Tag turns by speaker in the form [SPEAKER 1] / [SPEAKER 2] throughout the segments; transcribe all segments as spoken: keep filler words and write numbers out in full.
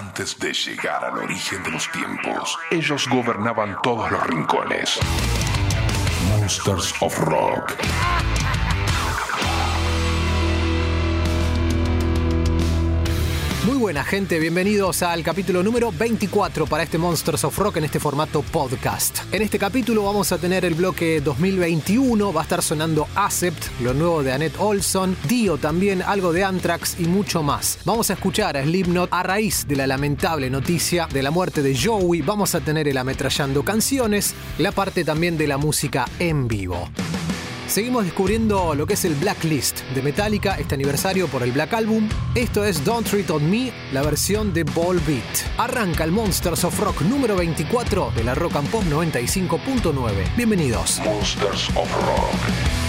[SPEAKER 1] Antes de llegar al origen de los tiempos, ellos gobernaban todos los rincones. Monsters of Rock.
[SPEAKER 2] Muy buena gente, bienvenidos al capítulo número veinticuatro para este Monsters of Rock en este formato podcast. En este capítulo vamos a tener el bloque dos mil veintiuno, va a estar sonando Accept, lo nuevo de Annette Olson, Dio también, algo de Anthrax y mucho más. Vamos a escuchar a Slipknot a raíz de la lamentable noticia de la muerte de Joey, vamos a tener el ametrallando canciones, la parte también de la música en vivo. Seguimos descubriendo lo que es el Blacklist de Metallica, este aniversario por el Black Album. Esto es Don't Treat on Me, la versión de Volbeat. Arranca el Monsters of Rock número veinticuatro de la Rock and Pop noventa y cinco punto nueve. Bienvenidos.
[SPEAKER 1] Monsters of Rock.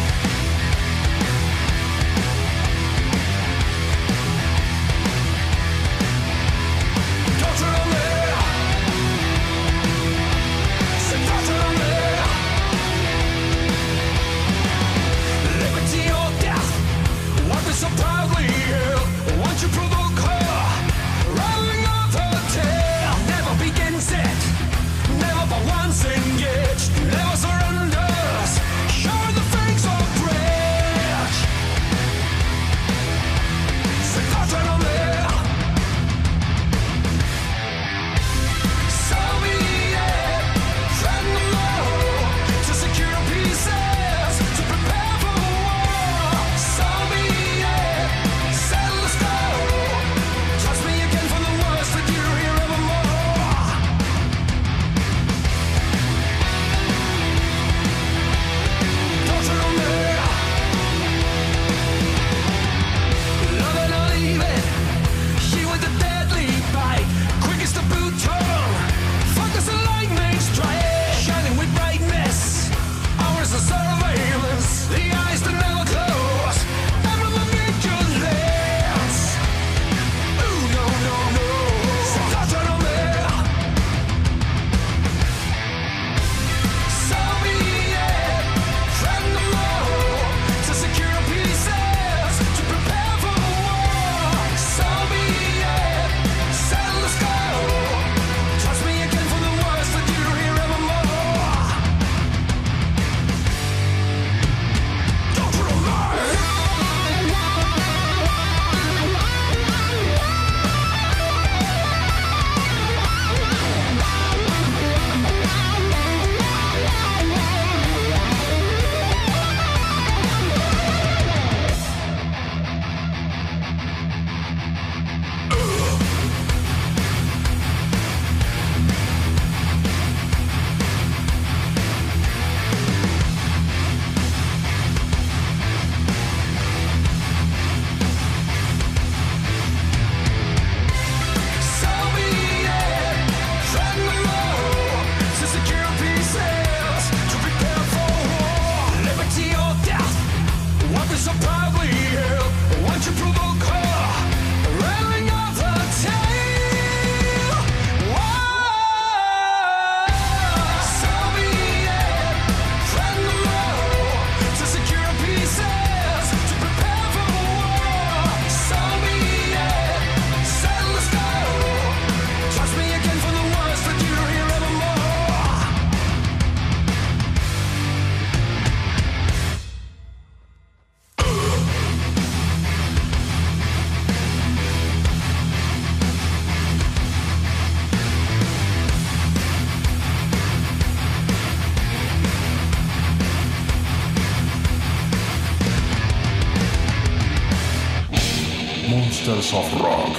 [SPEAKER 1] Monsters of Rock.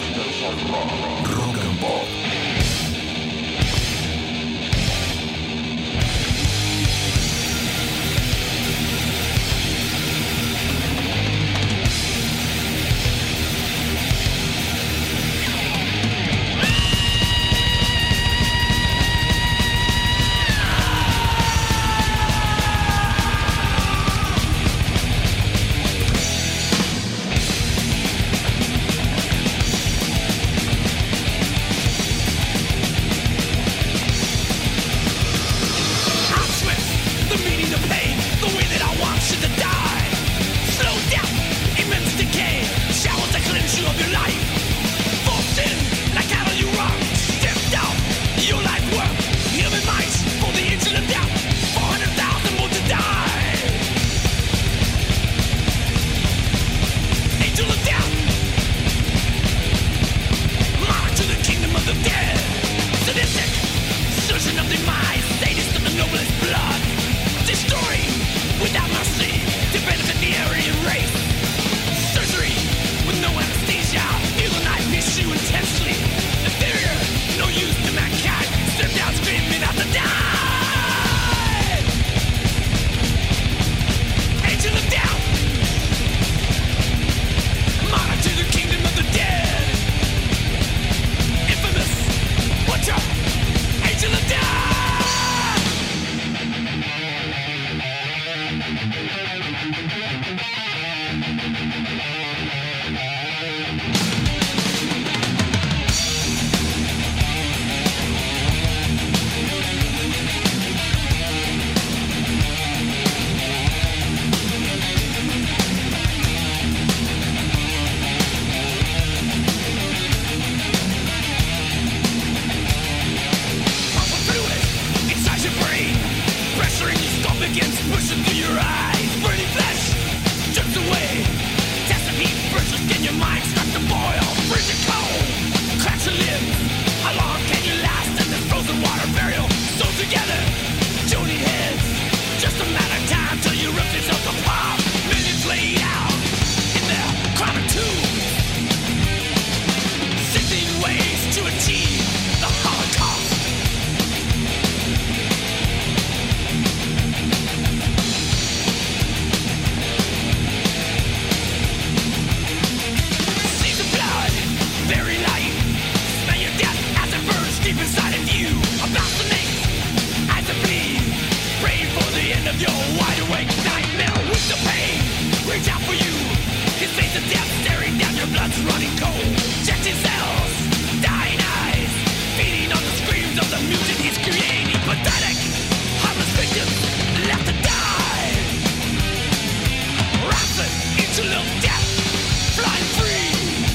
[SPEAKER 1] Rock and Pop.
[SPEAKER 3] deep inside of you, about to make as it bleed, praying for the end of your wide awake nightmare with the pain. Reach out for you, his face of death staring down, your blood's running cold. Jetting cells, dying eyes, feeding on the screams of the music he's creating. Pathetic, harmless victims left to die, rapid into little death, flying free.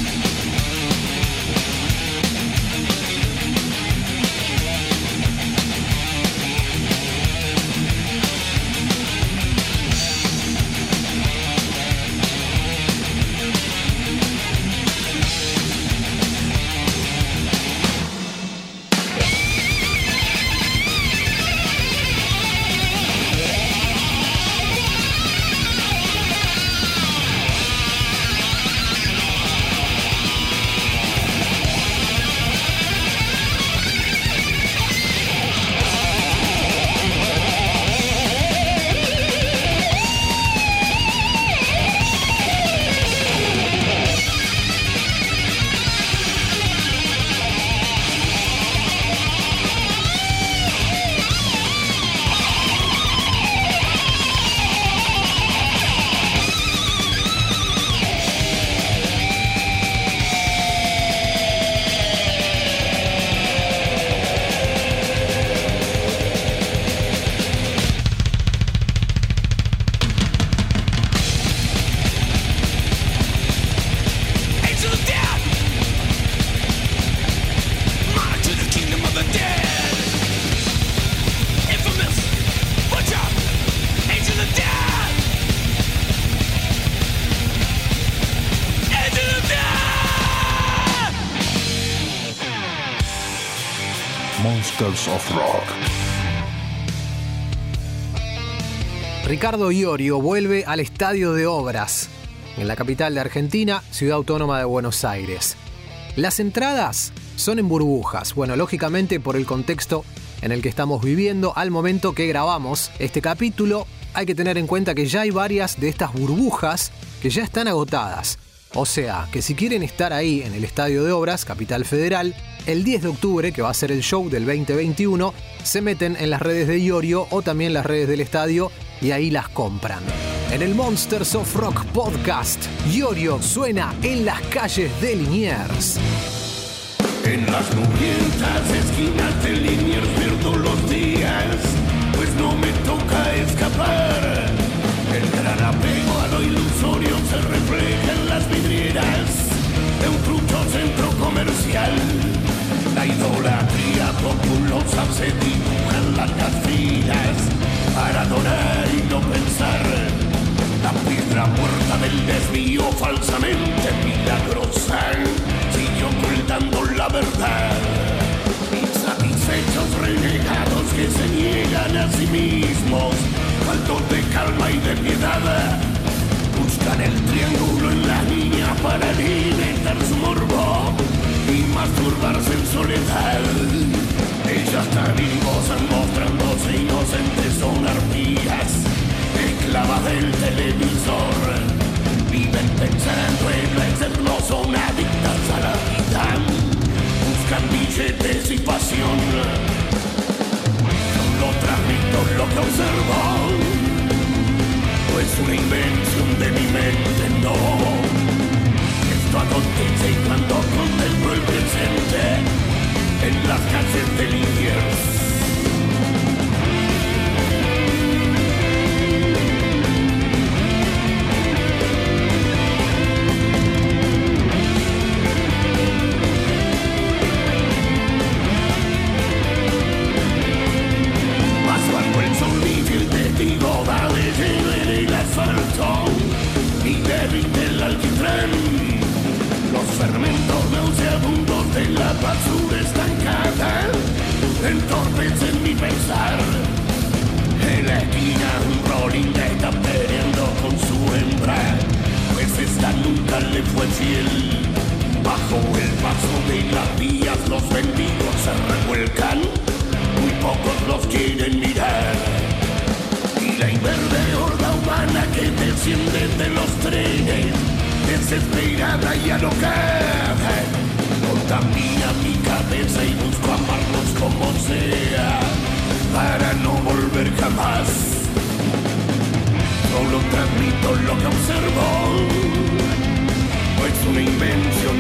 [SPEAKER 1] Monsters of Rock.
[SPEAKER 2] Ricardo Iorio vuelve al Estadio de Obras, en la capital de Argentina, Ciudad Autónoma de Buenos Aires. Las entradas son en burbujas, bueno, lógicamente por el contexto en el que estamos viviendo al momento que grabamos este capítulo. Hay que tener en cuenta que ya hay varias de estas burbujas que ya están agotadas. O sea, que si quieren estar ahí en el Estadio de Obras, Capital Federal, el diez de octubre, que va a ser el show del veinte veintiuno, se meten en las redes de Iorio o también las redes del estadio y ahí las compran. En el Monsters of Rock podcast, Iorio suena en las calles de Liniers.
[SPEAKER 4] En las nublentas esquinas de Liniers pierdo los días, pues no me toca escapar. El gran apego a lo ilusorio se refleja en las vidrieras de un trucho centro comercial. La idolatría populosa se dibuja en largas filas para adorar y no pensar. La piedra muerta del desvío falsamente milagrosa sigue ocultando la verdad. Insatisfechos renegados que se niegan a sí mismos, faltos de calma y de piedad, buscan el triángulo en la niña para alimentar su morbo y masturbarse en soledad. Ellas también gozan mostrándose inocentes, son arpías, esclavas del televisor. Viven pensando en lo externo, son adictas a la vida, buscan billetes y pasión. Solo transmito lo que observo, es una invención de mi mente, no. Esto acontece cuando contemplo el presente en las calles de Liniers. Y derrite el alquitrán. Los fermentos nauseabundos de la basura estancada entorpecen mi pensar. En la esquina un rolling está peleando con su hembra, pues esta nunca le fue fiel. Bajo el paso de las vías los mendigos se revuelcan, muy pocos los quieren mirar. La inverde horda humana que desciende de los trenes, desesperada y alocada, contamina mi cabeza y busco apartar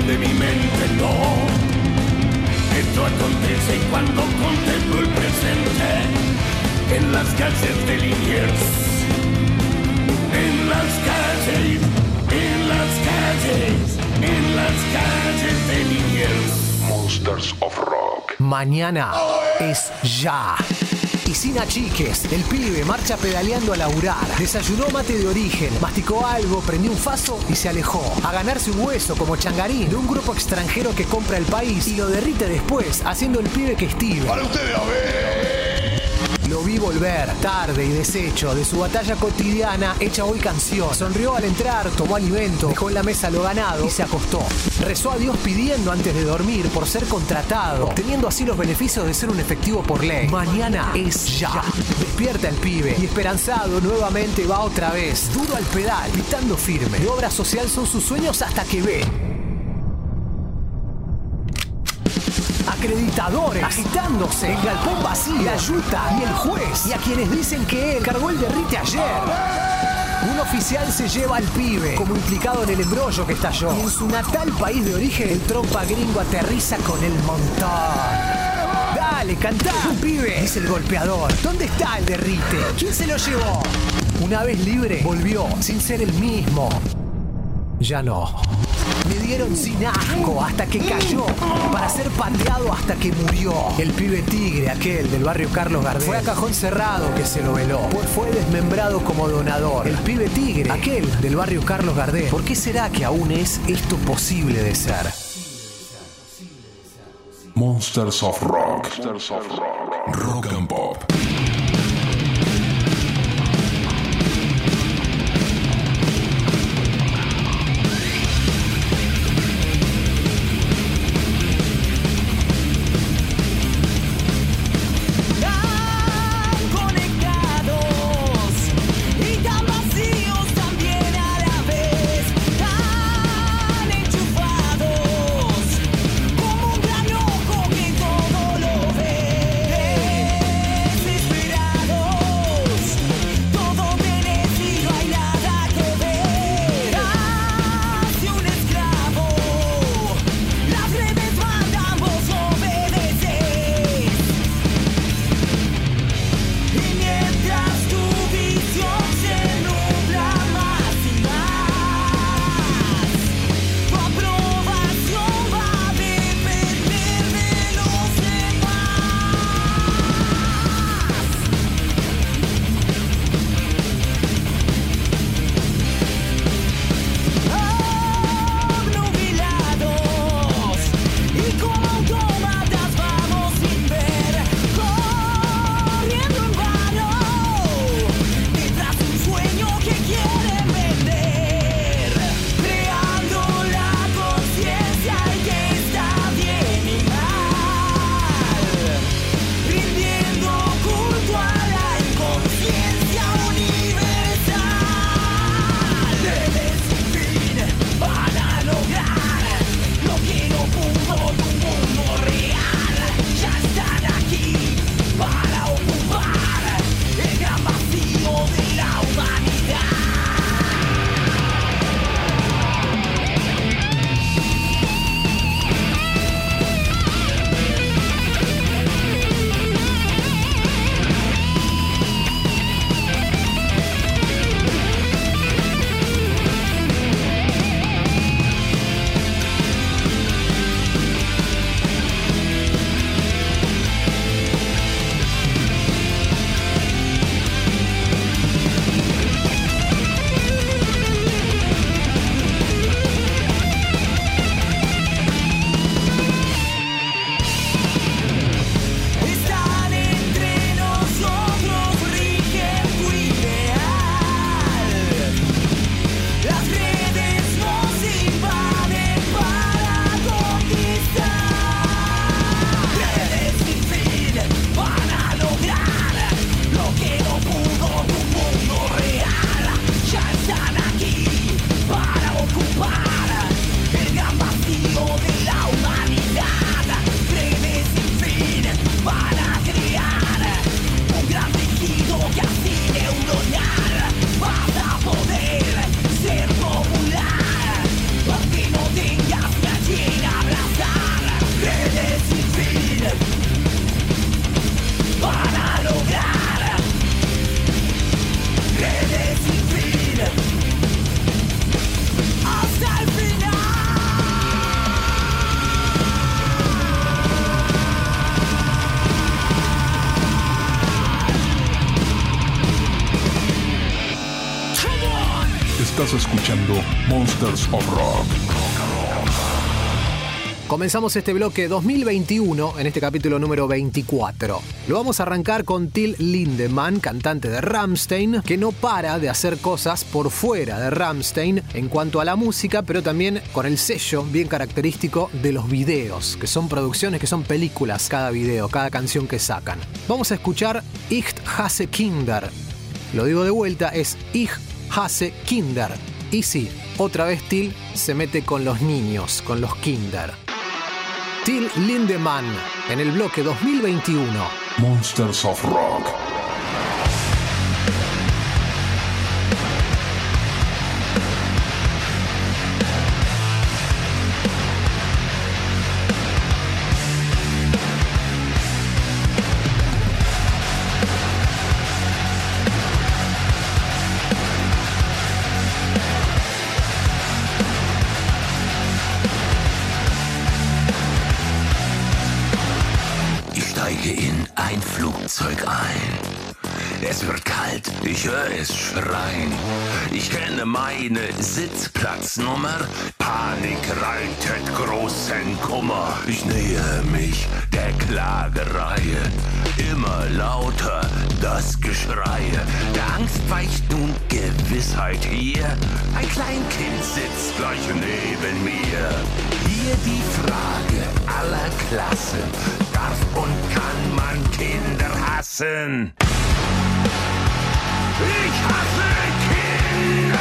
[SPEAKER 4] de mi mente, no. Esto acontece cuando contemplo el presente en las calles de Liniers. En las calles, en las calles, en las calles de Liniers.
[SPEAKER 1] Monsters of Rock.
[SPEAKER 2] Mañana es ya. Y sin achiques, el pibe marcha pedaleando a laburar. Desayunó mate de origen, masticó algo, prendió un faso y se alejó. A ganarse un hueso como changarín de un grupo extranjero que compra el país y lo derrite después, haciendo el pibe que estira.
[SPEAKER 4] Para ustedes, a ver.
[SPEAKER 2] Lo vi volver, tarde y deshecho, de su batalla cotidiana hecha hoy canción. Sonrió al entrar, tomó alimento, dejó en la mesa lo ganado y se acostó. Rezó a Dios pidiendo antes de dormir por ser contratado, obteniendo así los beneficios de ser un efectivo por ley. Mañana es ya. Despierta el pibe y esperanzado nuevamente va otra vez, duro al pedal, pitando firme. De obra social son sus sueños hasta que ve acreditadores agitándose, el galpón vacío, la yuta y el juez, y a quienes dicen que él cargó el derrite ayer. Un oficial se lleva al pibe como implicado en el embrollo que estalló, y en su natal país de origen el trompa gringo aterriza con el montón. Dale, cantá, pibe, dice el golpeador. ¿Dónde está el derrite? ¿Quién se lo llevó? Una vez libre, volvió sin ser el mismo. Ya no. Le dieron sin asco hasta que cayó, para ser pateado hasta que murió. El pibe tigre, aquel del barrio Carlos Gardel, fue a cajón cerrado que se lo veló, pues fue desmembrado como donador. El pibe tigre, aquel del barrio Carlos Gardel. ¿Por qué será que aún es esto posible de ser?
[SPEAKER 1] Monsters of Rock. Monsters of Rock. Rock and Pop.
[SPEAKER 3] Como un gran ojo que todo lo ve.
[SPEAKER 1] Estás escuchando Monsters of Rock.
[SPEAKER 2] Comenzamos este bloque dos mil veintiuno en este capítulo número veinticuatro. Lo vamos a arrancar con Till Lindemann, cantante de Rammstein, que no para de hacer cosas por fuera de Rammstein en cuanto a la música, pero también con el sello bien característico de los videos, que son producciones, que son películas cada video, cada canción que sacan. Vamos a escuchar Ich hasse Kinder. Lo digo de vuelta, es Ich hasse Kinder. Y sí, otra vez Till se mete con los niños, con los Kinder. Till Lindemann en el bloque dos mil veintiuno.
[SPEAKER 1] Monsters of Rock.
[SPEAKER 5] In ein Flugzeug ein. Es wird kalt, ich höre es schreien. Ich kenne meine Sitzplatznummer. Panik reitet großen Kummer. Ich nähe mich der Klagereihe. Immer lauter das Geschrei. Der Angst weicht nun Gewissheit hier. Ein Kleinkind sitzt gleich neben mir. Hier die Frage aller Klassen. Darf und kann man Kinder hassen? Ich hasse Kinder!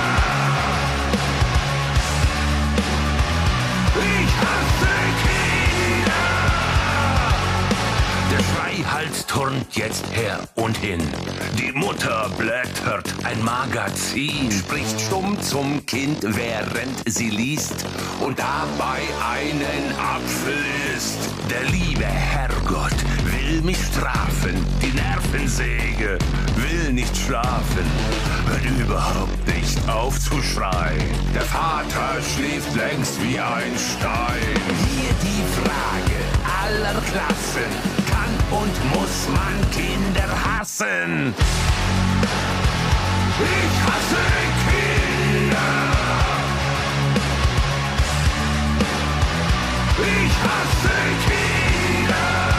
[SPEAKER 5] Ich hasse Kinder! Der Schreihals turnt jetzt her und hin. Die Mutter blättert ein Magazin, spricht stumm zum Kind, während sie liest und dabei einen Apfel isst. Der liebe Herrgott will mich strafen, die Nervensäge will nicht schlafen, hört überhaupt nicht auf zu schreien. Der Vater schläft längst wie ein Stein. Hier die Frage aller Klassen, kann und muss man Kinder hassen? Ich hasse Kinder! Ich hasse Kinder!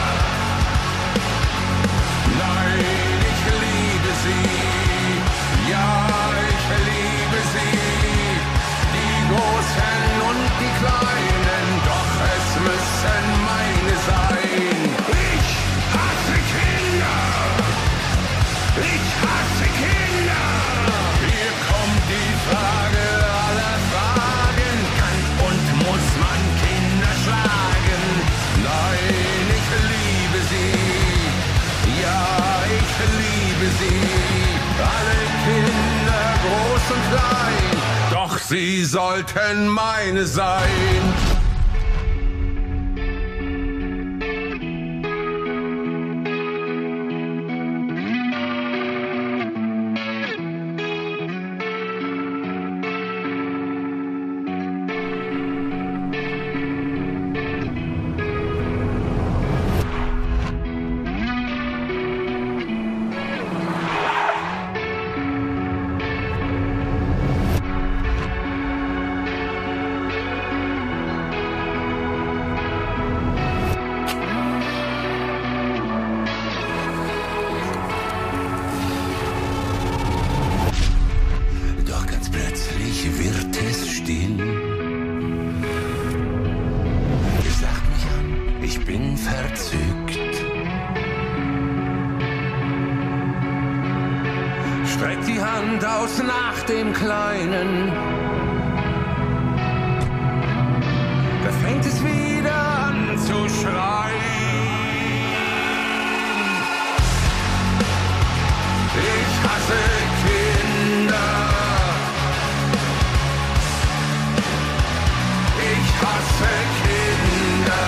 [SPEAKER 5] Nein, ich liebe sie, ja, ich liebe sie, die Großen und die Kleinen, doch es müssen meine sein. Ich hasse Kinder! Ich hasse Kinder! Hier kommt die Frage aller Fragen, kann und muss man Kinder schlagen? Nein, ich liebe sie, ja, ich liebe sie, alle Kinder, groß und klein, doch sie sollten meine sein. Streckt die Hand aus nach dem Kleinen. Da fängt es wieder an zu schreien. Ich hasse Kinder. Ich hasse Kinder.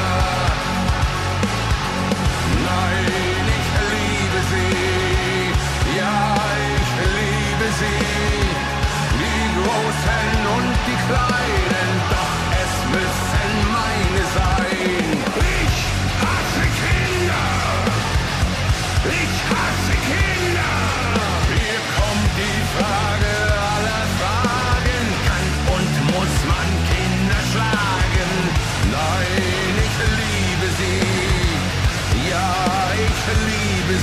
[SPEAKER 5] Nein, ich liebe sie. Ja, ich liebe sie. Die Großen und die Kleinen, doch es müssen meine sein. Ich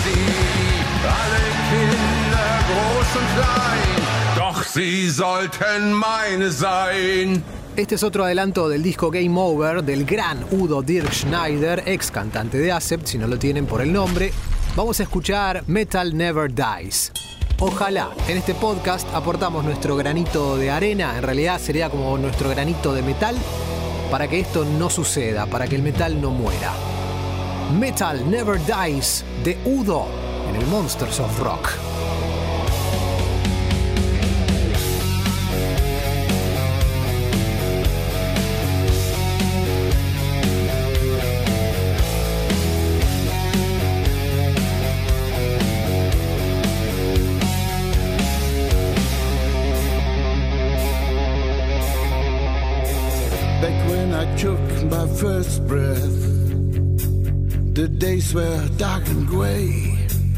[SPEAKER 5] sie, alle Kinder, groß und klein, doch sie sollten meine sein.
[SPEAKER 2] Este es otro adelanto del disco Game Over del gran Udo Dirk Schneider, ex cantante de Accept, si no lo tienen por el nombre. Vamos a escuchar Metal Never Dies. Ojalá en este podcast aportamos nuestro granito de arena, en realidad sería como nuestro granito de metal, para que esto no suceda, para que el metal no muera. Metal Never Dies de Udo en el Monsters of Rock.
[SPEAKER 4] Took my first breath, the days were dark and gray.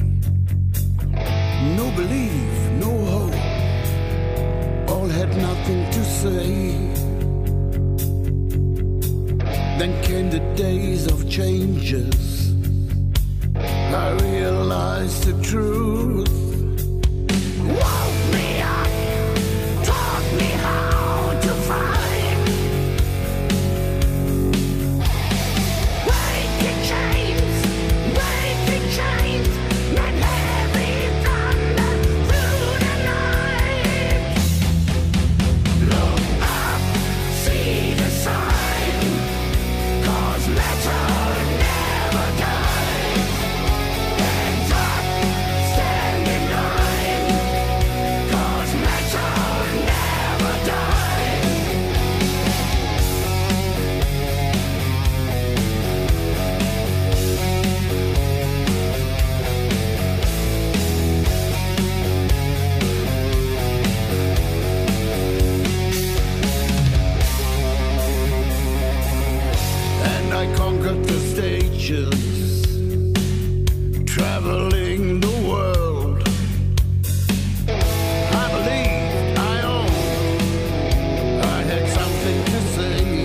[SPEAKER 4] No belief, no hope, all had nothing to say. Then came the days of changes, I realized the truth. Woke me up, taught me how to fight. Traveling the world, I believed I owned, I had something to say.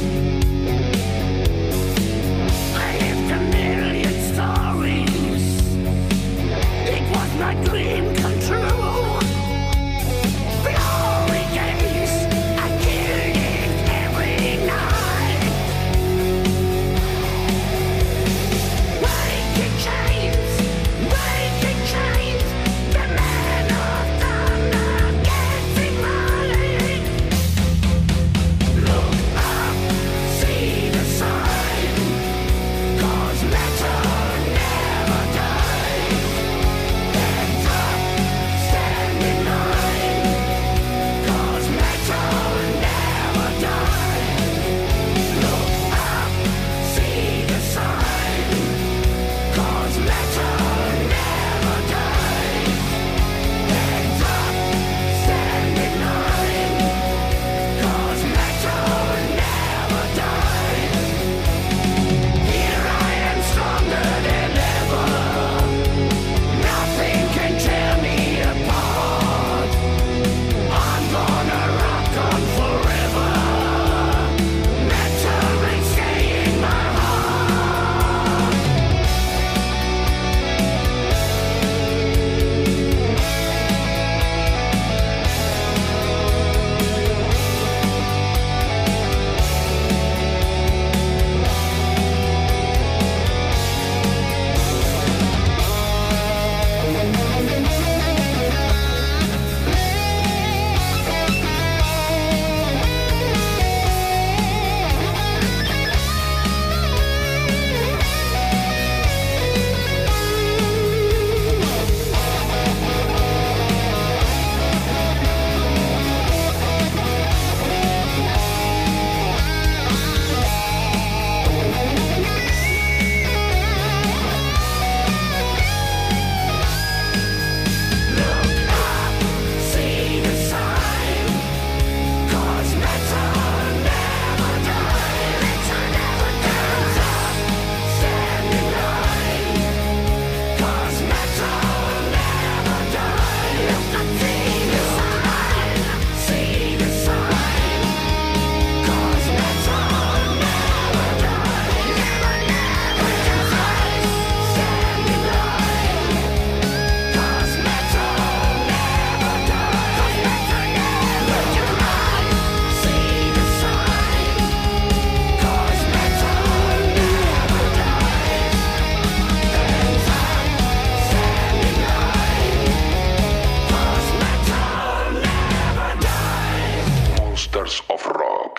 [SPEAKER 4] I lived a million stories, it was my dream come true. Glory days, I killed it every night. Breaking chains,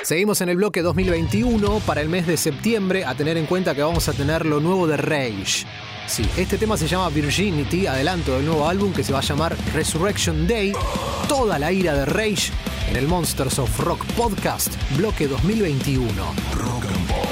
[SPEAKER 2] Seguimos en el bloque dos mil veintiuno para el mes de septiembre, a tener en cuenta que vamos a tener lo nuevo de Rage. Sí, este tema se llama Virginity, adelanto del nuevo álbum que se va a llamar Resurrection Day. Toda la ira de Rage en el Monsters of Rock Podcast, bloque dos mil veintiuno.
[SPEAKER 1] Rock and Pop.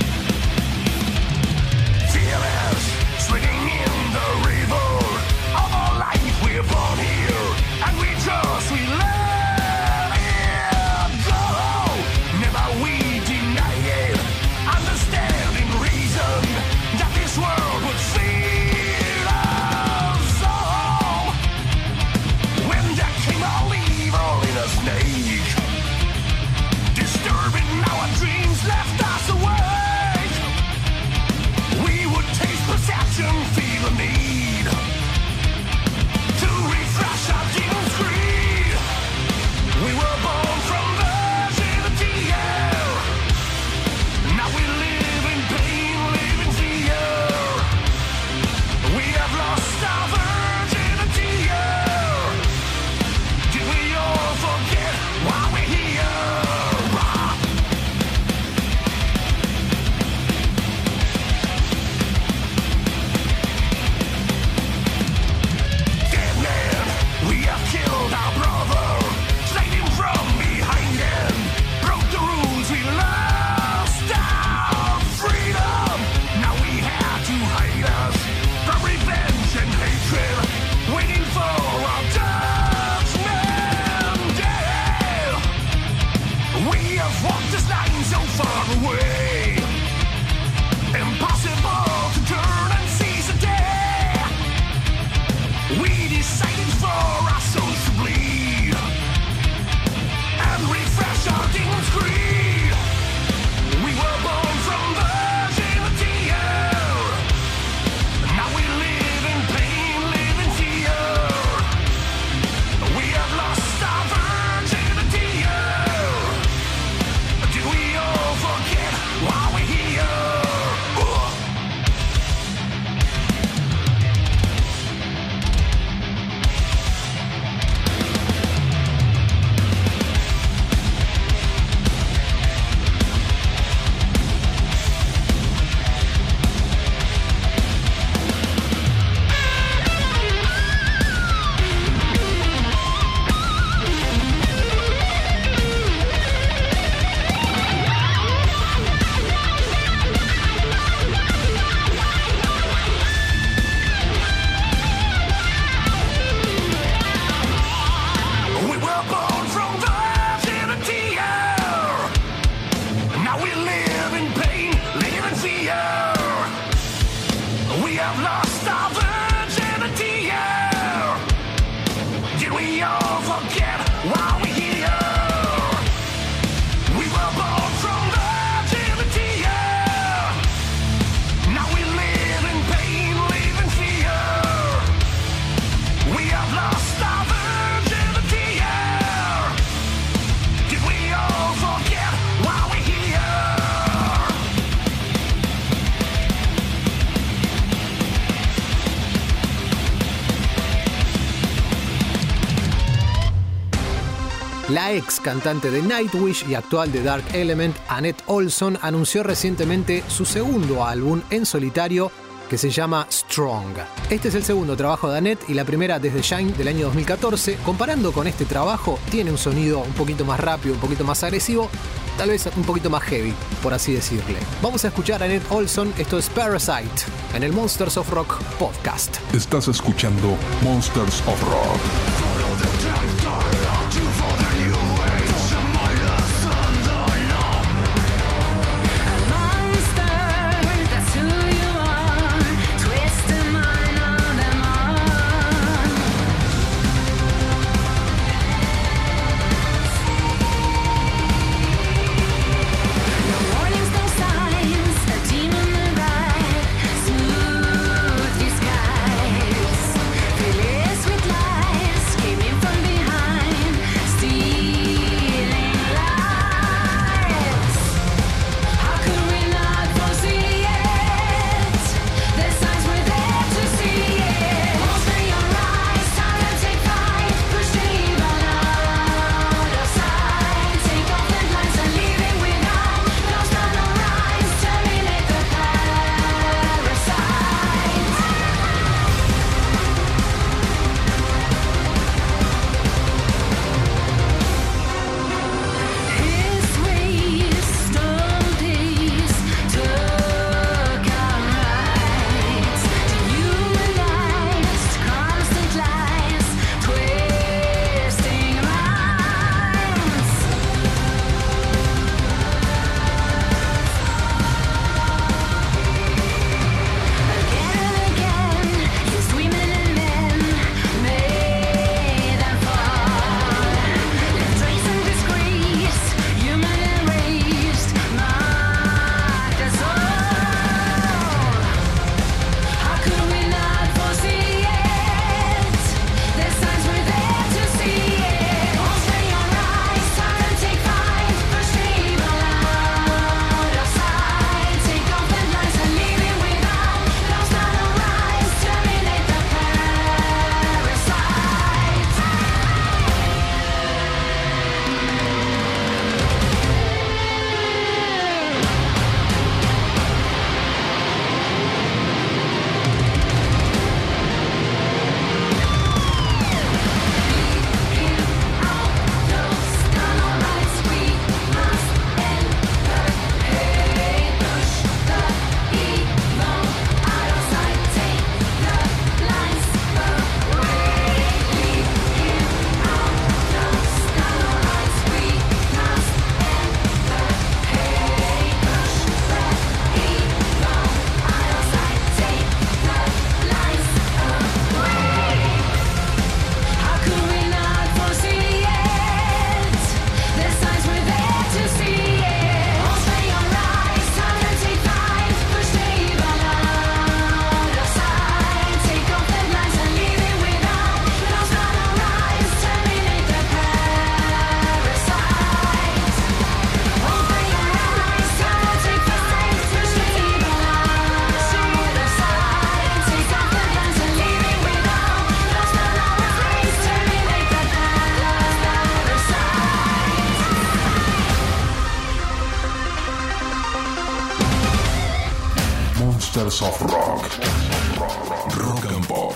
[SPEAKER 4] Feel the need to refresh our demon's creed. We were born from virginity, yeah. Now we live in pain, live in fear. We have lost our virginity, yeah. Did we all forget why we're here? Killed our brother, slayed him from behind him. Broke the rules, we lost our freedom. Now we have to hide us from revenge and hatred, waiting for our judgment day. We have walked this line so far away, impossible to turn and seize the day. We decided for our souls to bleed and refresh our demon's creed. We were born from virginity, yeah. Now we live in pain, live in fear. We have lost our virginity, yeah. Did we all forget why we're here? Ugh. We were born from virginity, yeah. Now we live in pain, live in fear. We have lost our virginity, yeah. Did we all forget why we're here? We were born from virginity, yeah. Now we live in pain, live in fear. We have lost our virginity, yeah. Did we all forget why we're here?
[SPEAKER 2] La ex cantante de Nightwish y actual de Dark Element, Annette Olson, anunció recientemente su segundo álbum en solitario que se llama Strong. Este es el segundo trabajo de Annette y la primera desde Shine del año dos mil catorce. Comparando con este trabajo, tiene un sonido un poquito más rápido, un poquito más agresivo, tal vez un poquito más heavy, por así decirle. Vamos a escuchar a Annette Olson, esto es Parasite, en el Monsters of Rock Podcast.
[SPEAKER 1] Estás escuchando Monsters of Rock.
[SPEAKER 6] Smooth skies, fill us with lies.
[SPEAKER 1] Monsters of Rock. Rock and Pop.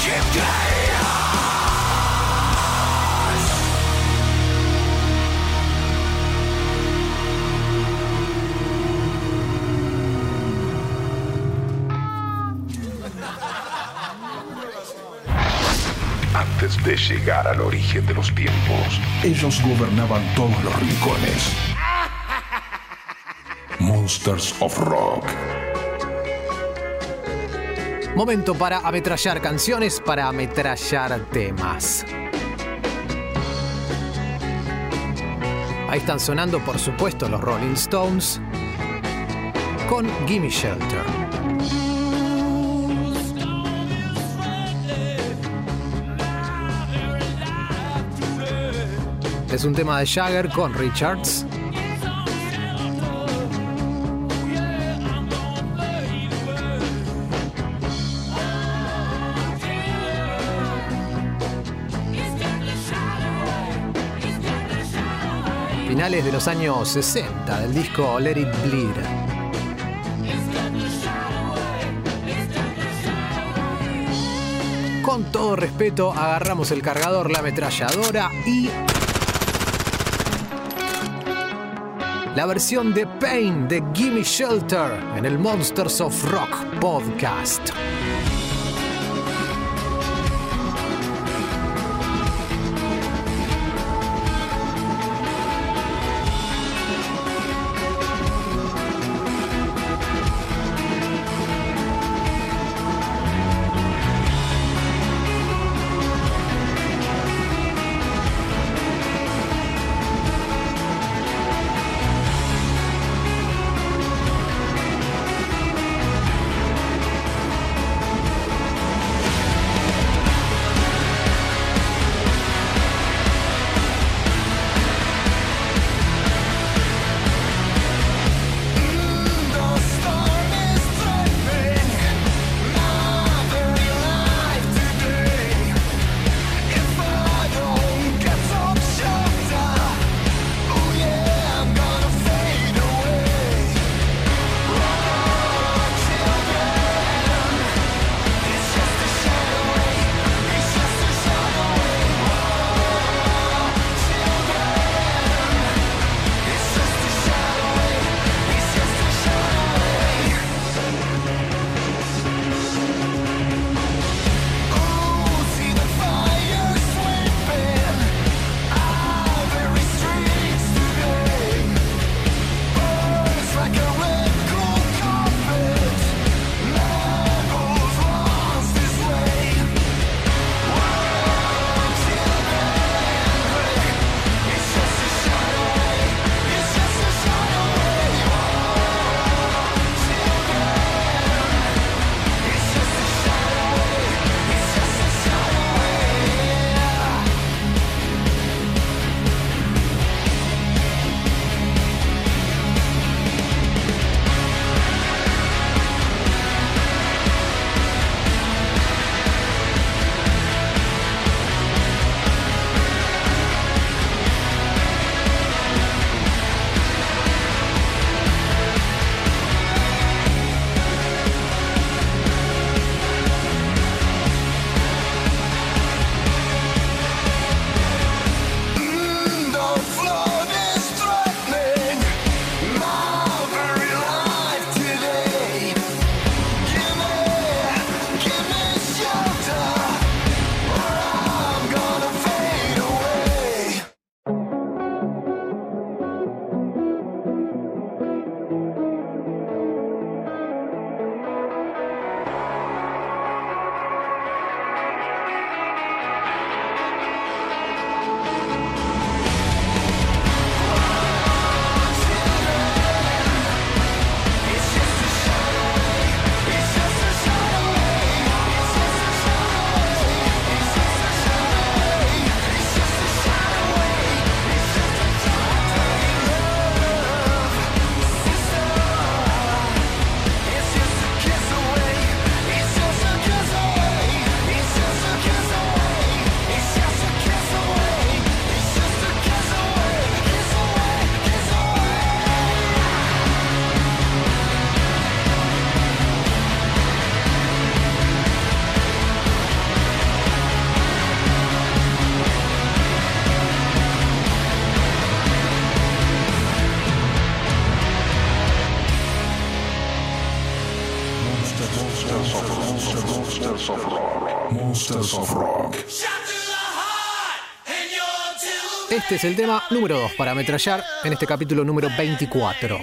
[SPEAKER 1] Antes de llegar al origen de los tiempos, ellos gobernaban todos los rincones. Monsters of Rock.
[SPEAKER 2] Momento para ametrallar canciones, para ametrallar temas. Ahí están sonando, por supuesto, los Rolling Stones con Gimme Shelter. Es un tema de Jagger con Richards. Finales de los años sesenta, del disco Let It Bleed. Con todo respeto, agarramos el cargador, la ametralladora y... la versión de Pain de Gimme Shelter en el Monsters of Rock podcast.
[SPEAKER 1] Monsters of Rock. Monsters of Rock.
[SPEAKER 2] Este es el tema número dos para ametrallar en este capítulo número veinticuatro.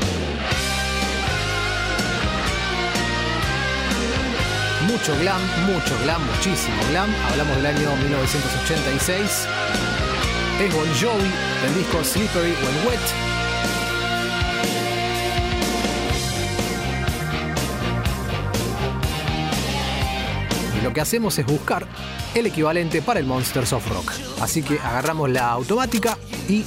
[SPEAKER 2] Mucho glam, mucho glam, muchísimo glam. Hablamos del año mil novecientos ochenta y seis. Es Bon Jovi, del disco Slippery When Wet. Y lo que hacemos es buscar el equivalente para el Monsters of Rock. Así que agarramos la automática y...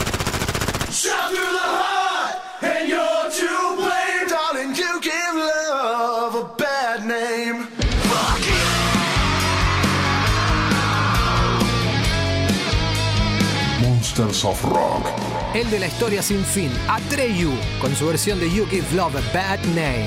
[SPEAKER 1] Monsters of Rock.
[SPEAKER 2] El de la historia sin fin, Atreyu, con su versión de You Give Love a Bad Name.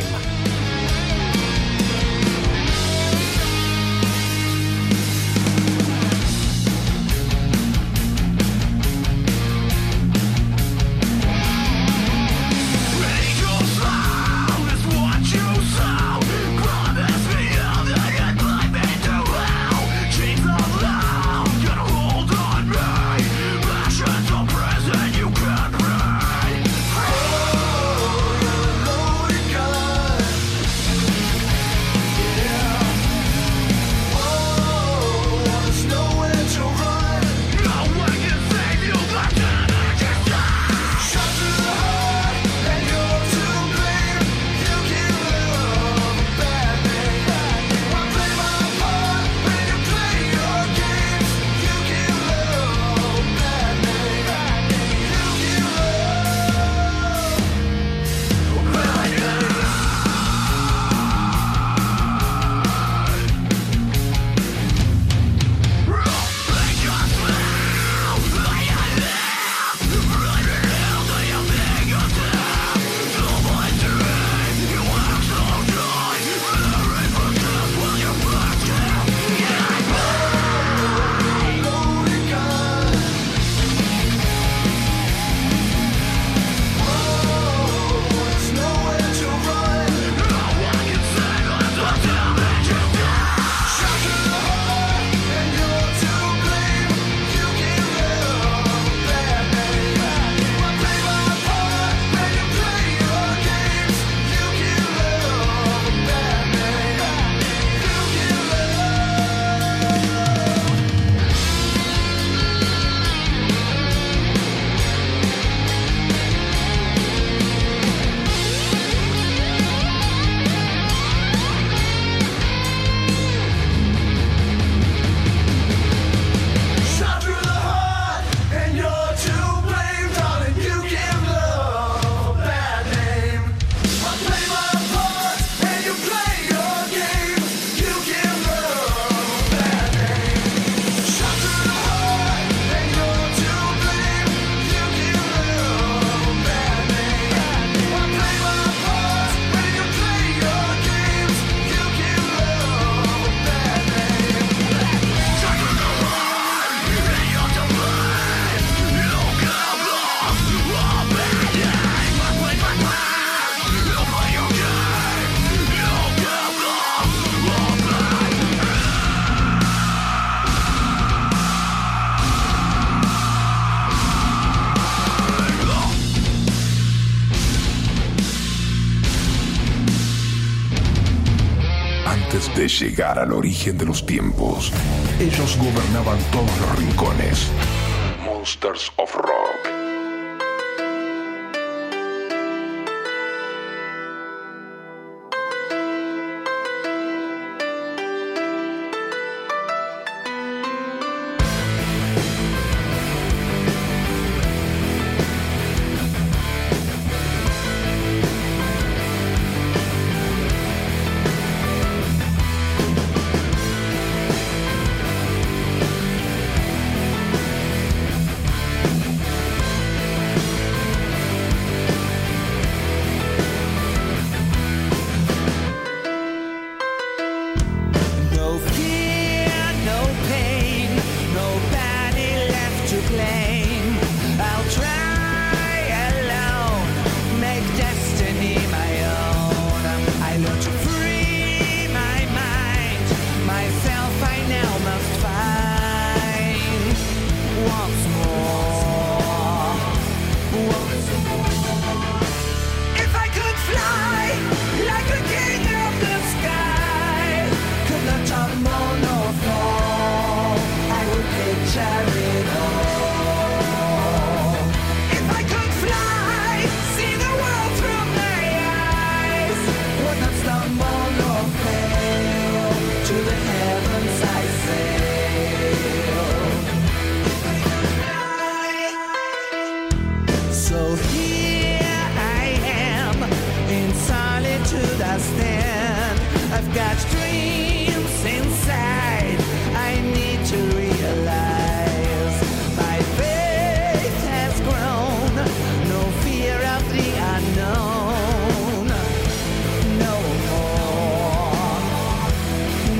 [SPEAKER 1] Antes de llegar al origen de los tiempos, ellos gobernaban todos los rincones. Monsters of Rock.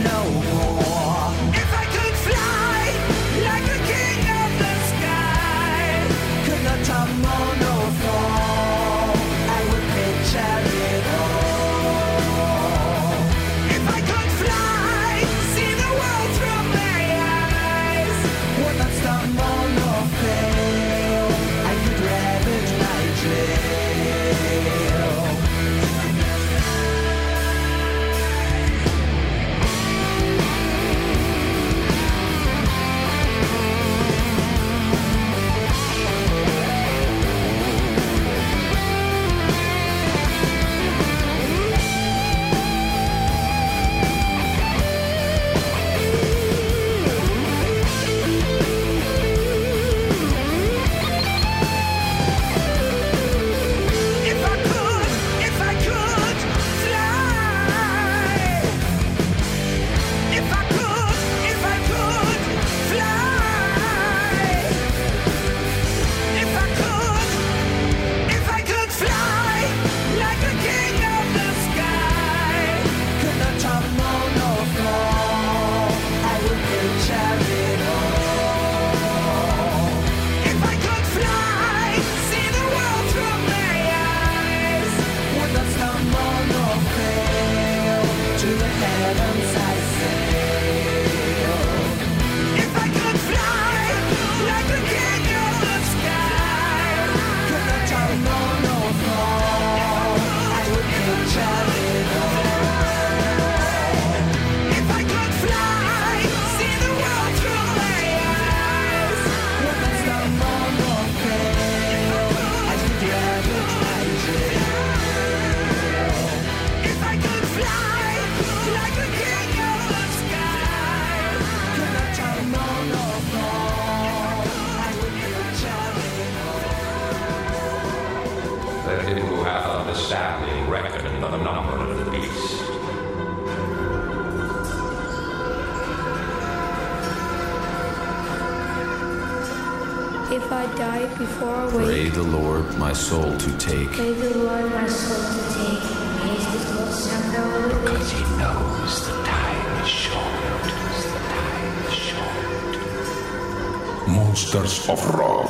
[SPEAKER 3] no more. If I could fly like a king of the sky, could not tumble nor fall, I would picture it all. If I could fly, see the world through my eyes, would not stumble nor fail, I could ravage my trail. If I could, if I could fly. If I could, if I could fly. If I could, if I could fly like a king of the sky, could not tumble nor fall, I would picture it all. If I could fly, see the world through my eyes, would not stumble nor fail, to the heavens I sail. If I could fly like a king of the sky, could not tumble nor fall, I would picture it all. If I could fly, see the world through my eyes, would not stumble nor fail, I could ravage my trail. If I could fly like a king of the sky, could not tumble nor fall, I would picture it all.
[SPEAKER 1] Let him who hath understanding reckon the number of the beast.
[SPEAKER 6] If I die before I
[SPEAKER 7] Pray
[SPEAKER 6] wake,
[SPEAKER 7] the Lord my soul to take.
[SPEAKER 6] pray the Lord my soul to take. Haste his close temper
[SPEAKER 5] Because he knows the time is short. The time is short.
[SPEAKER 1] Monsters of Rock.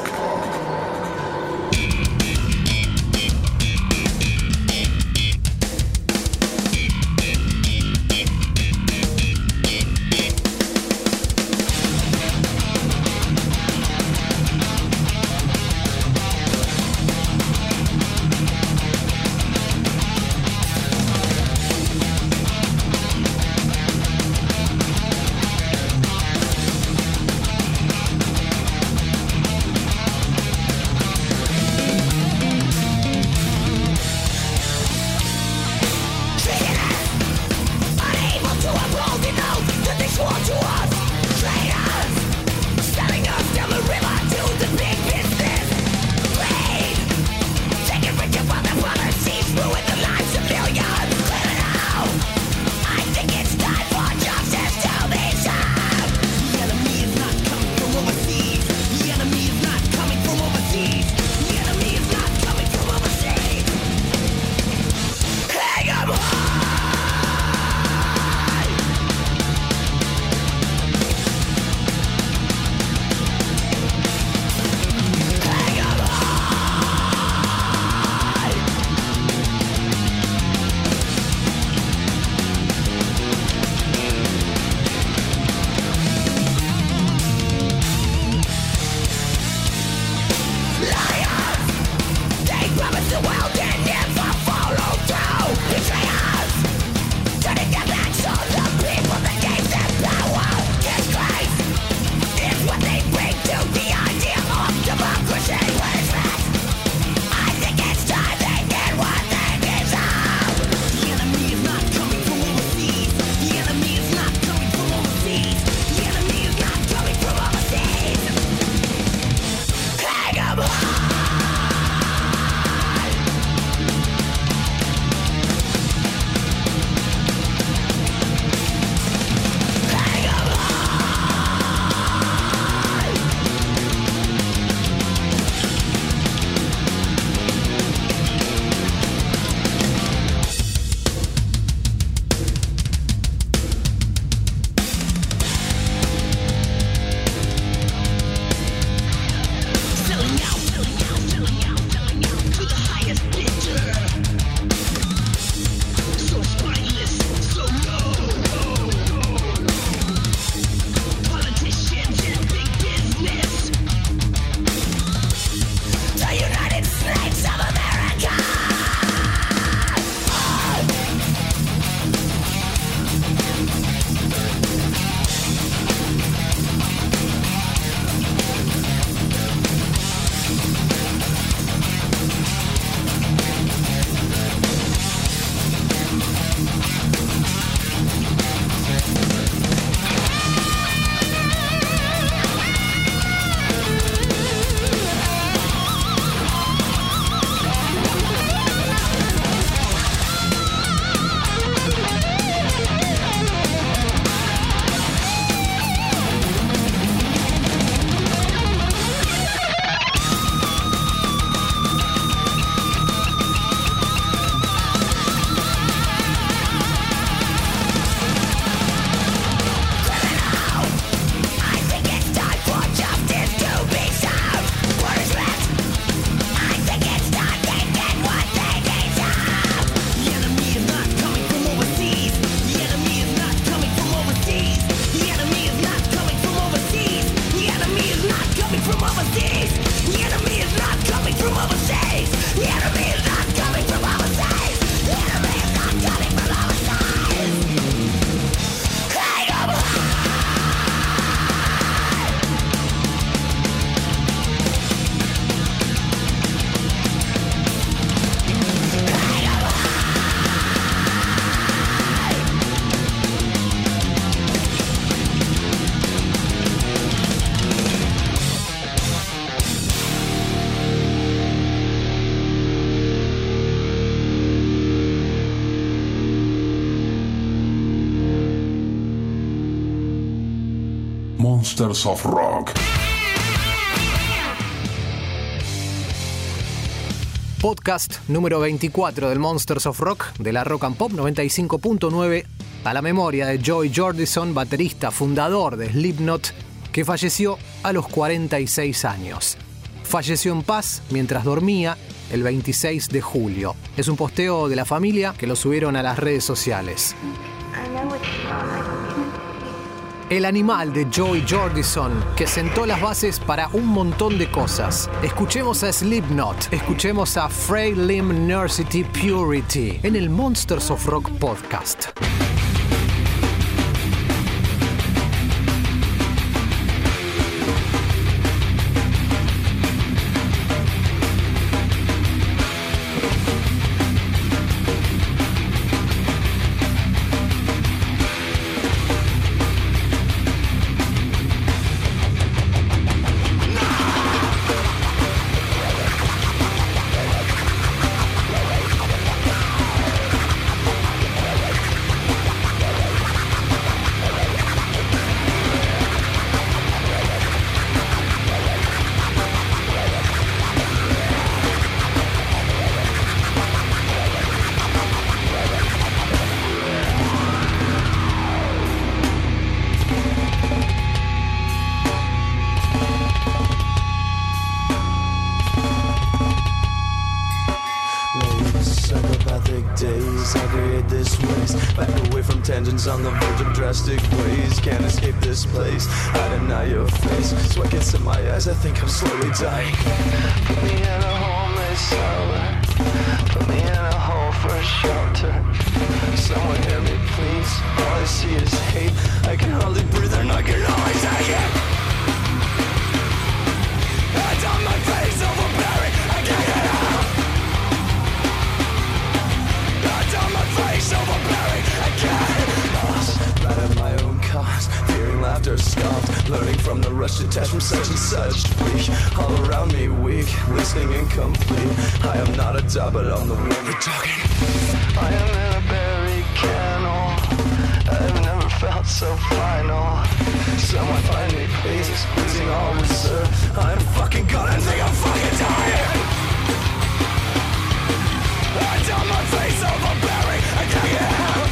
[SPEAKER 1] Monsters of Rock.
[SPEAKER 2] Podcast número veinticuatro del Monsters of Rock de la Rock and Pop noventa y cinco punto nueve, a la memoria de Joey Jordison, baterista fundador de Slipknot, que falleció a los cuarenta y seis años. Falleció en paz mientras dormía el veintiséis de julio. Es un posteo de la familia que lo subieron a las redes sociales. El animal de Joey Jordison, que sentó las bases para un montón de cosas. Escuchemos a Slipknot, escuchemos a Frail Limb Nursity Purity en el Monsters of Rock Podcast.
[SPEAKER 8] On the verge of drastic ways, can't escape this place. I deny your face, sweat gets in my eyes. I think I'm slowly dying. Put me in a homeless cellar, put me in a hole for shelter. Someone hear me, please. All I see is hate. I can hardly breathe, and I can always take it. Hands on my face, overbearing. I can't get out. Hands on my face, overbearing. I can't. Right at my own cost, fearing laughter scoffed, learning from the rush, detached from such and such. Weak, all around me weak, listening incomplete. I am not a dog, but I'm the one you're talking. I am in a buried kennel. I've never felt so final. Someone find me, please. Losing all reserve. I'm fucking gonna think I'm fucking dying. Hands on my face, overbearing. I can't get out.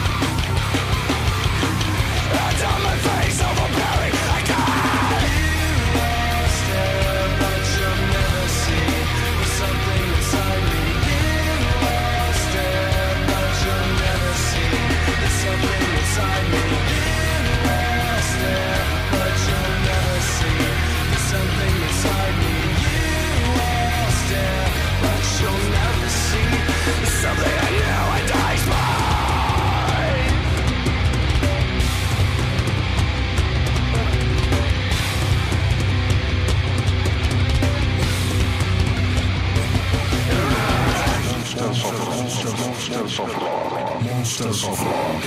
[SPEAKER 8] Hands on my face, overbearing. I can't. You lost it, but you'll never see. There's something inside me. You lost it, but you'll never see. There's something inside me. You lost it, but you'll never see. There's something inside me. You lost it, but you'll never see. There's something I know I dies by.
[SPEAKER 1] Monsters of Rock. Monsters of Rock.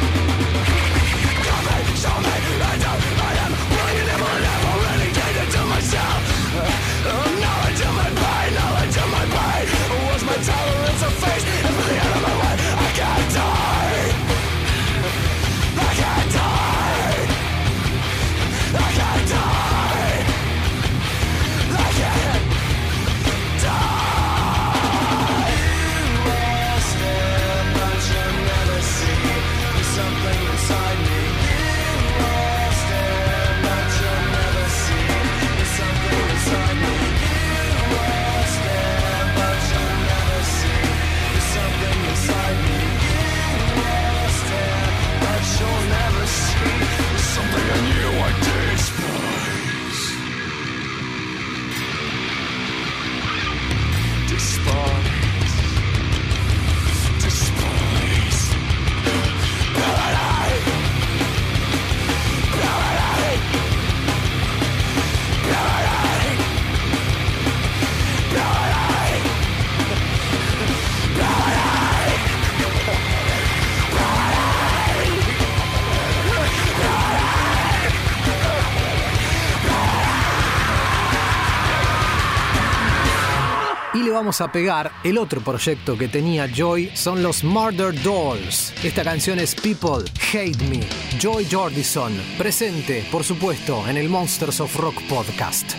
[SPEAKER 8] Show me, show me, I don't, I am willing and will never really take it to myself. Knowledge of my pain, knowledge of my pain. What's my tolerance of face? And for the end of my life, I can't die. I can't die. I can't die. I can't die. You lost it, but you'll never see.
[SPEAKER 2] vamos a pegar. El otro proyecto que tenía Joy son los Murder Dolls. Esta canción es People Hate Me. Joy Jordison, presente, por supuesto, en el Monsters of Rock podcast.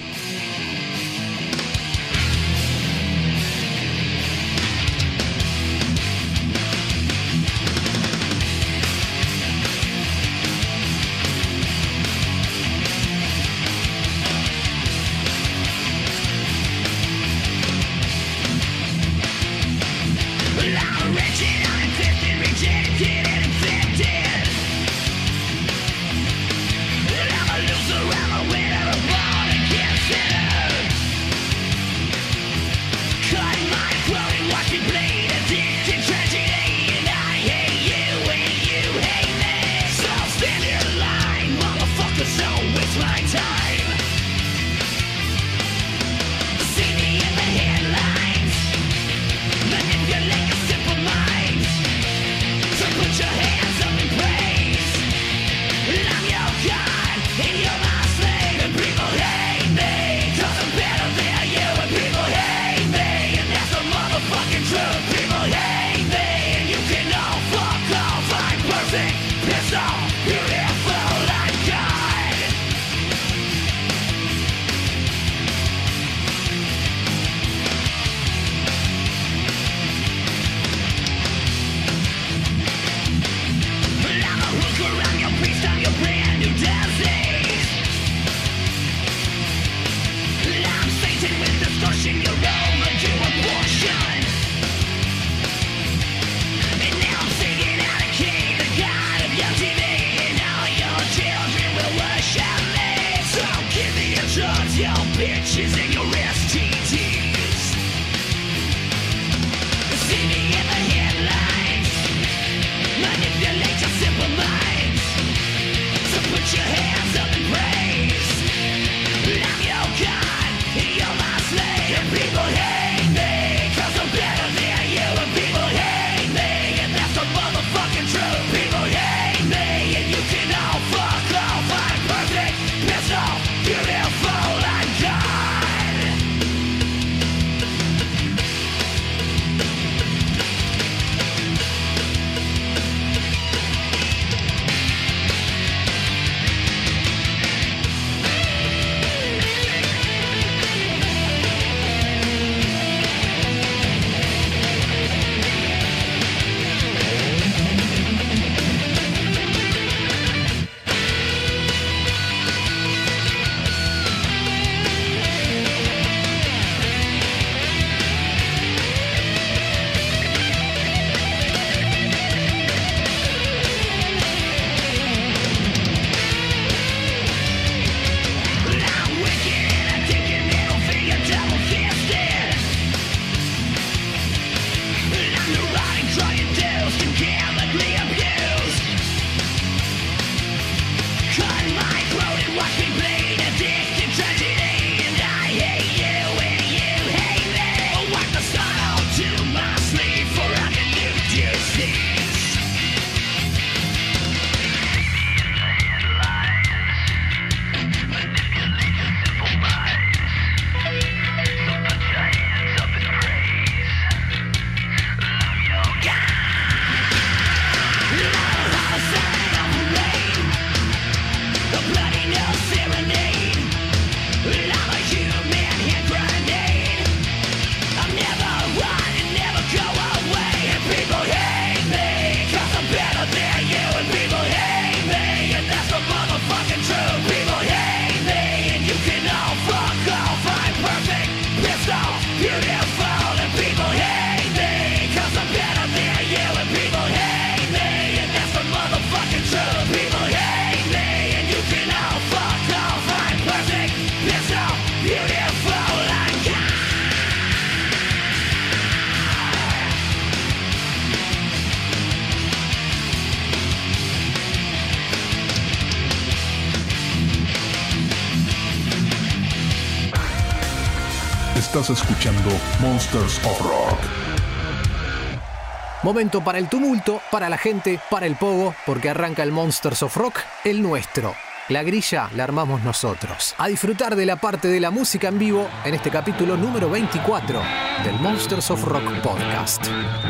[SPEAKER 1] Estás escuchando Monsters of Rock.
[SPEAKER 2] Momento para el tumulto, para la gente, para el pogo, porque arranca el Monsters of Rock, el nuestro. La grilla la armamos nosotros. A disfrutar de la parte de la música en vivo en este capítulo número veinticuatro del Monsters of Rock Podcast.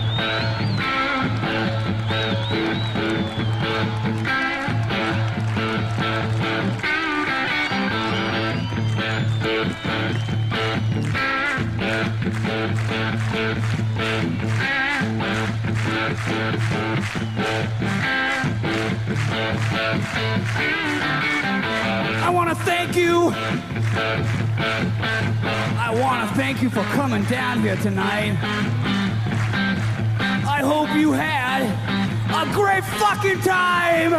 [SPEAKER 9] I want to thank you. I want to thank you for coming down here tonight. I hope you had a great fucking time.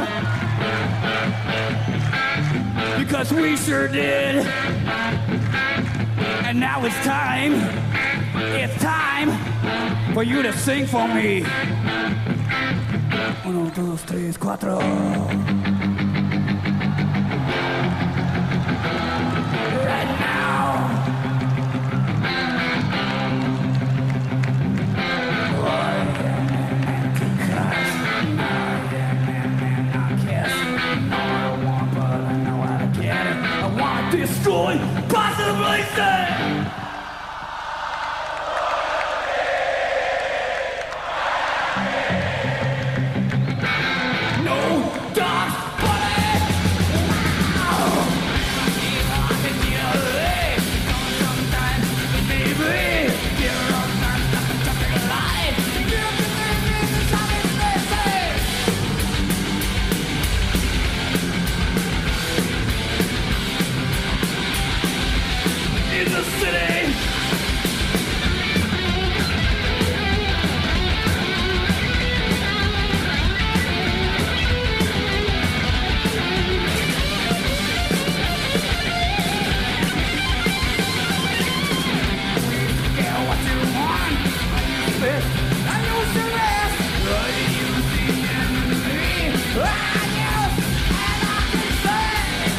[SPEAKER 9] Because we sure did. And now it's time. It's time for you to sing for me. Uno, dos, tres, cuatro. Destroy, possibly say. No dogs, buddy. Wow. I can feel it. Sometimes, baby, you're on time, something alive. You're the baby, something missing. In the city. Get what you want. This, I know the rest. What do you see in me? I guess, and I can say.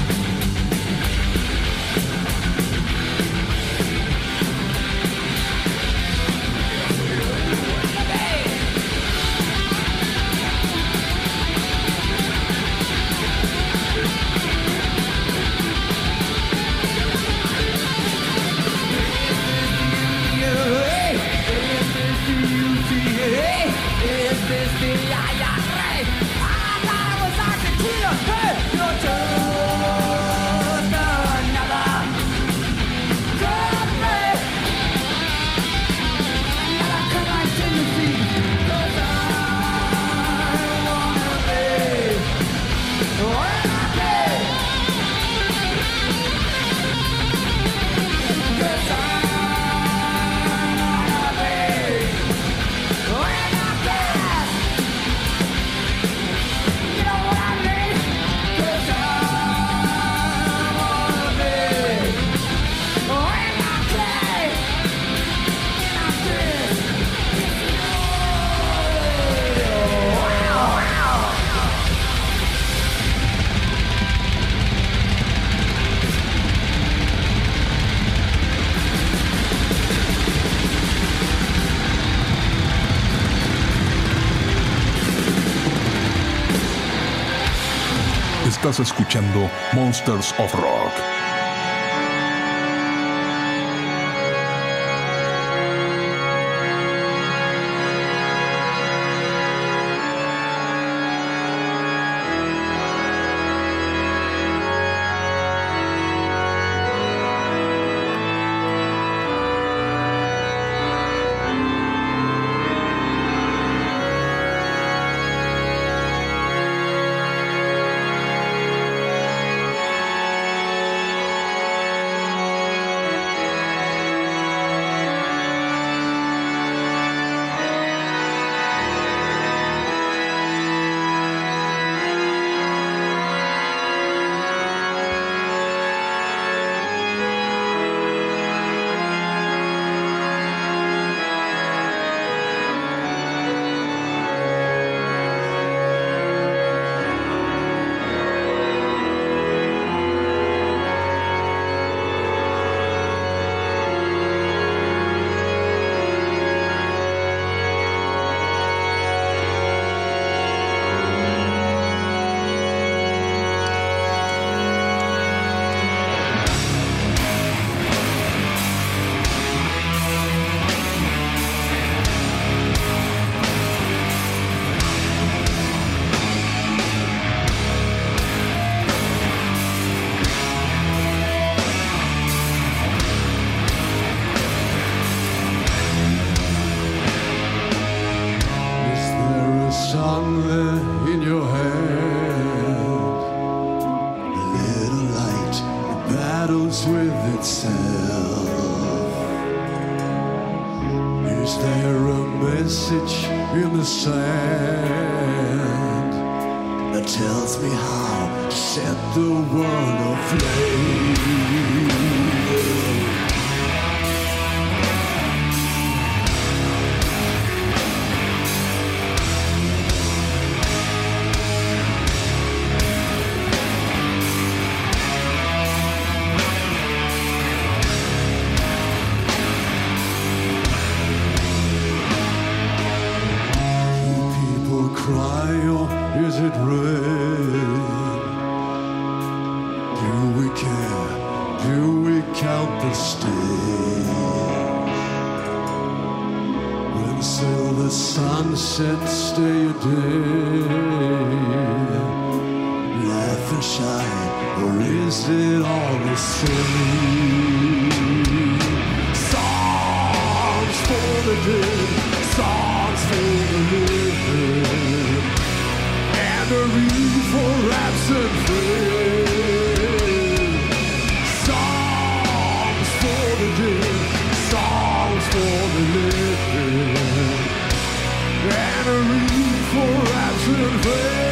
[SPEAKER 1] Estás escuchando Monsters of Rock.
[SPEAKER 4] battles with itself. Is there a message in the sand that tells me how to set the world aflame? Is it rain? Do we care? Do we count the stains? When still the sunset stay a day? Laugh and shine, or is it all the same? Songs for the dead, songs for the living. A reed for absent friends. Songs for the dead, songs for the living, and a reed for absent friends.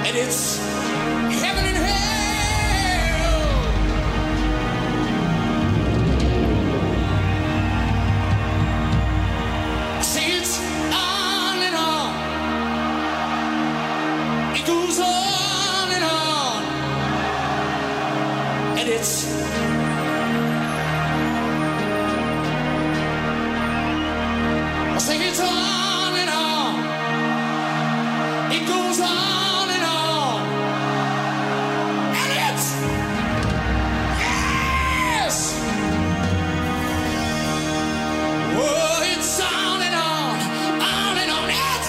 [SPEAKER 3] and it's heaven and hell. I say it's on and on. It goes on and on, and it's I say it's on and on. It goes on and on. And it's yes. Oh, it's on and on, on and on. It's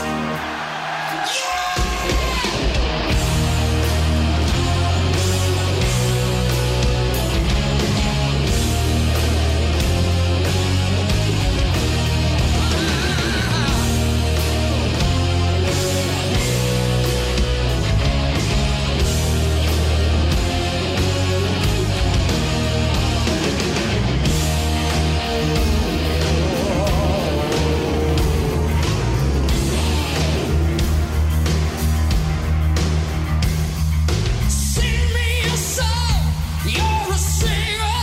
[SPEAKER 3] sing me a song. You're a singer.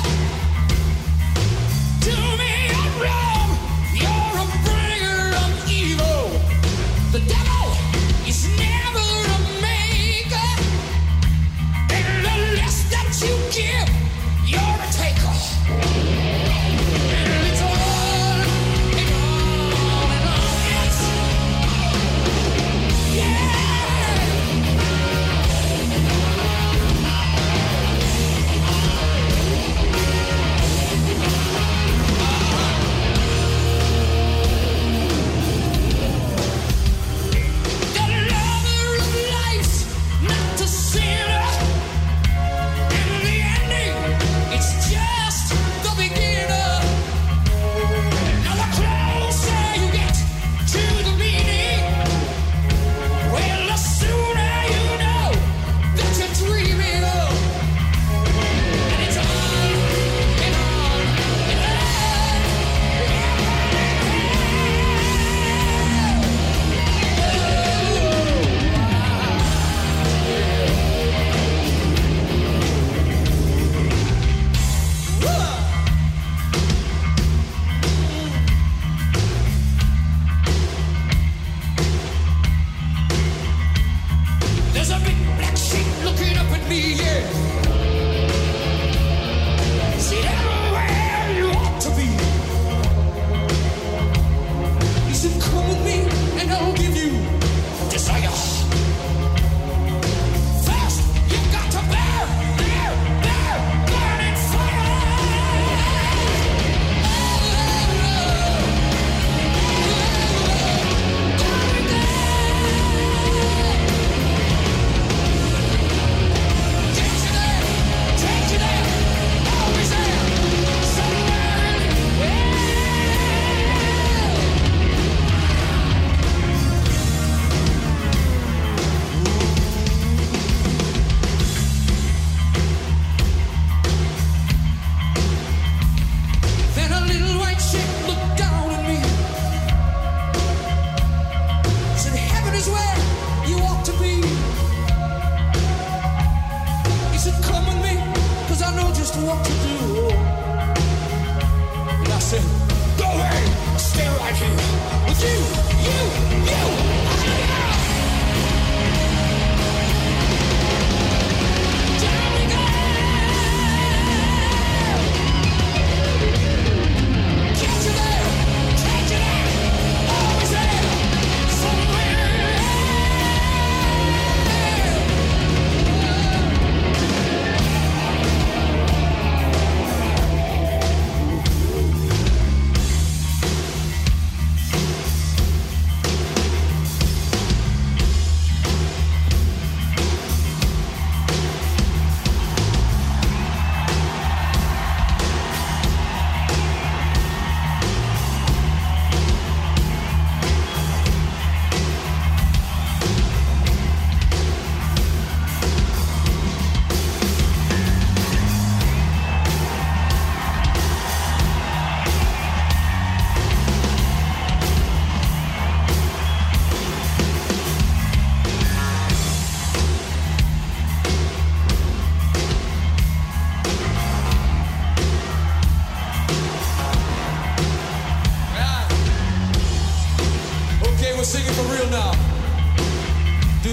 [SPEAKER 3] Do me a wrong. You're a bringer of evil. The devil is never a maker. And the less that you give, you're a taker. And it's on and on and on. It's yeah. The lover of life's not a sinner. In the ending, it's just the beginner. Now the closer you get to the meaning, well,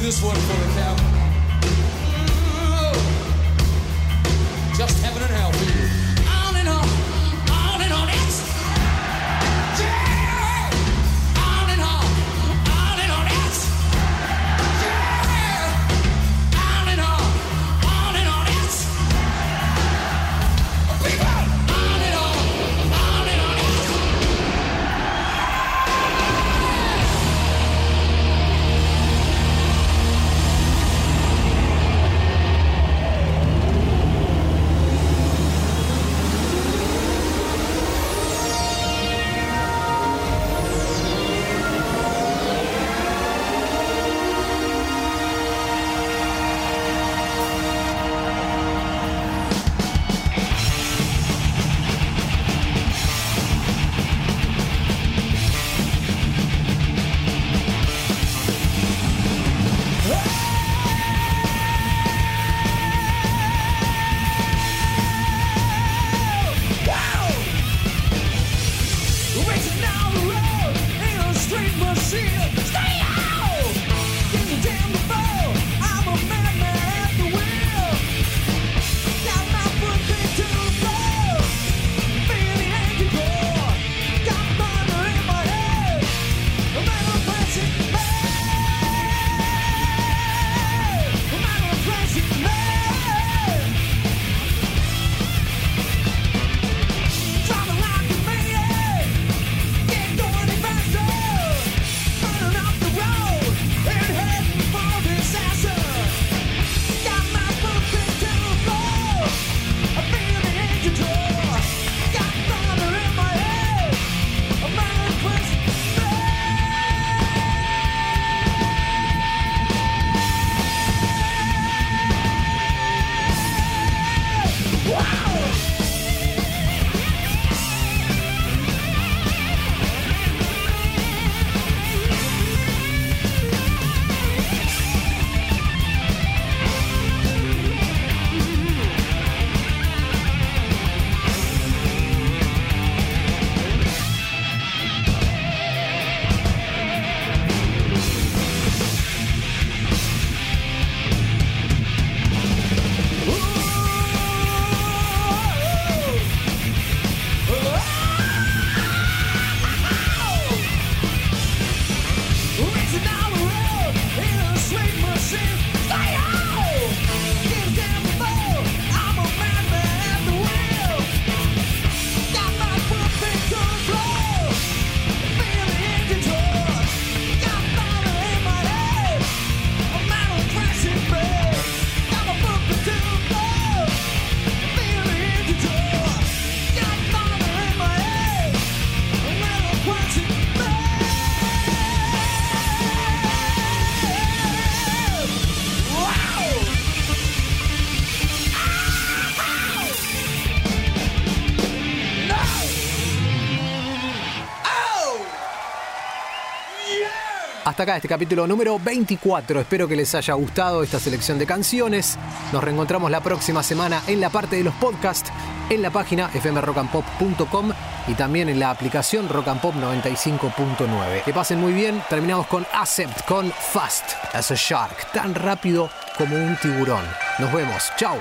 [SPEAKER 8] this one for the Cap. Just heaven and hell for you. On and on, on and on, it's yeah. On and on, on and on, it's yeah. On and on, on and on, it's people. On and on, on and on, it's
[SPEAKER 2] Hasta acá este capítulo número veinticuatro. Espero que les haya gustado esta selección de canciones. Nos reencontramos la próxima semana en la parte de los podcasts, en la página f m rock and pop punto com y también en la aplicación Rock and Pop noventa y cinco punto nueve. Que pasen muy bien. Terminamos con Accept, con Fast as a Shark. Tan rápido como un tiburón. Nos vemos. Chau.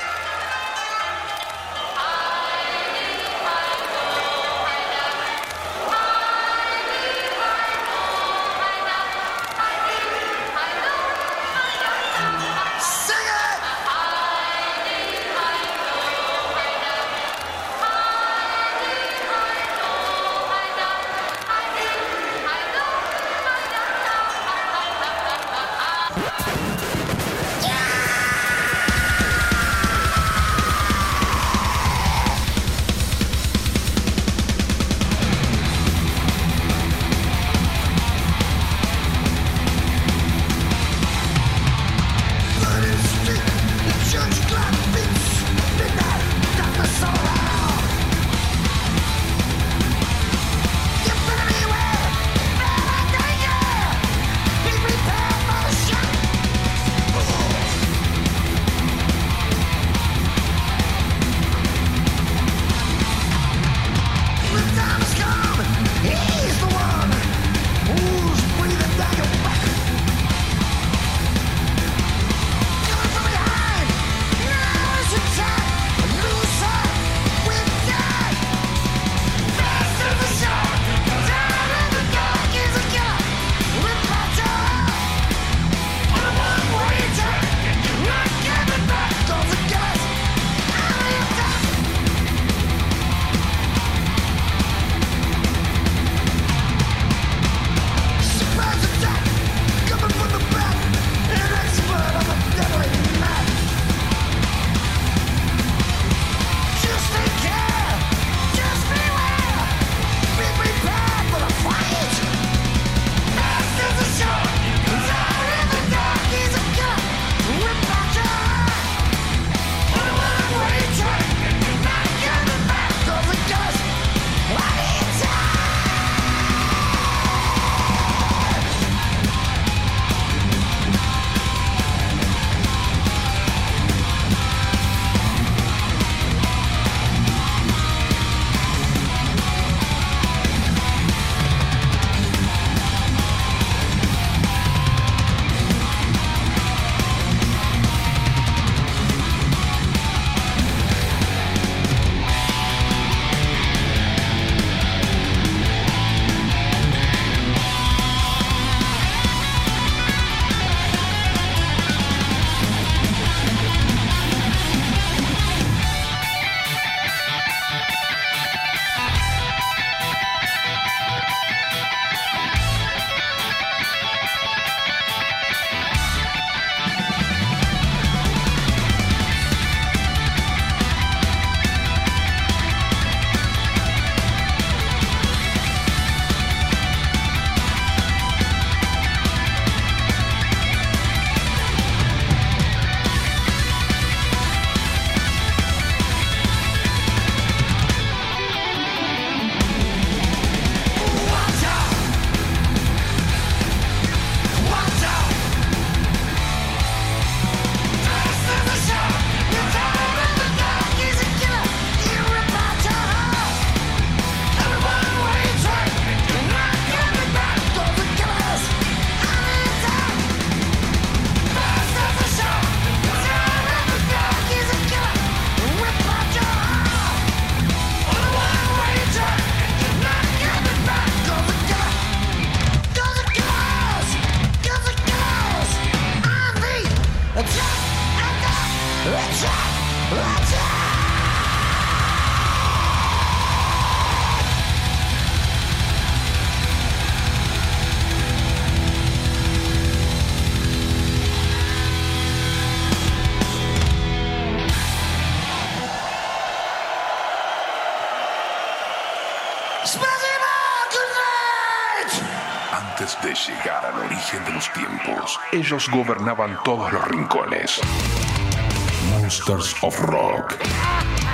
[SPEAKER 1] Antes de llegar al origen de los tiempos, ellos gobernaban todos los rincones. Monsters of Rock.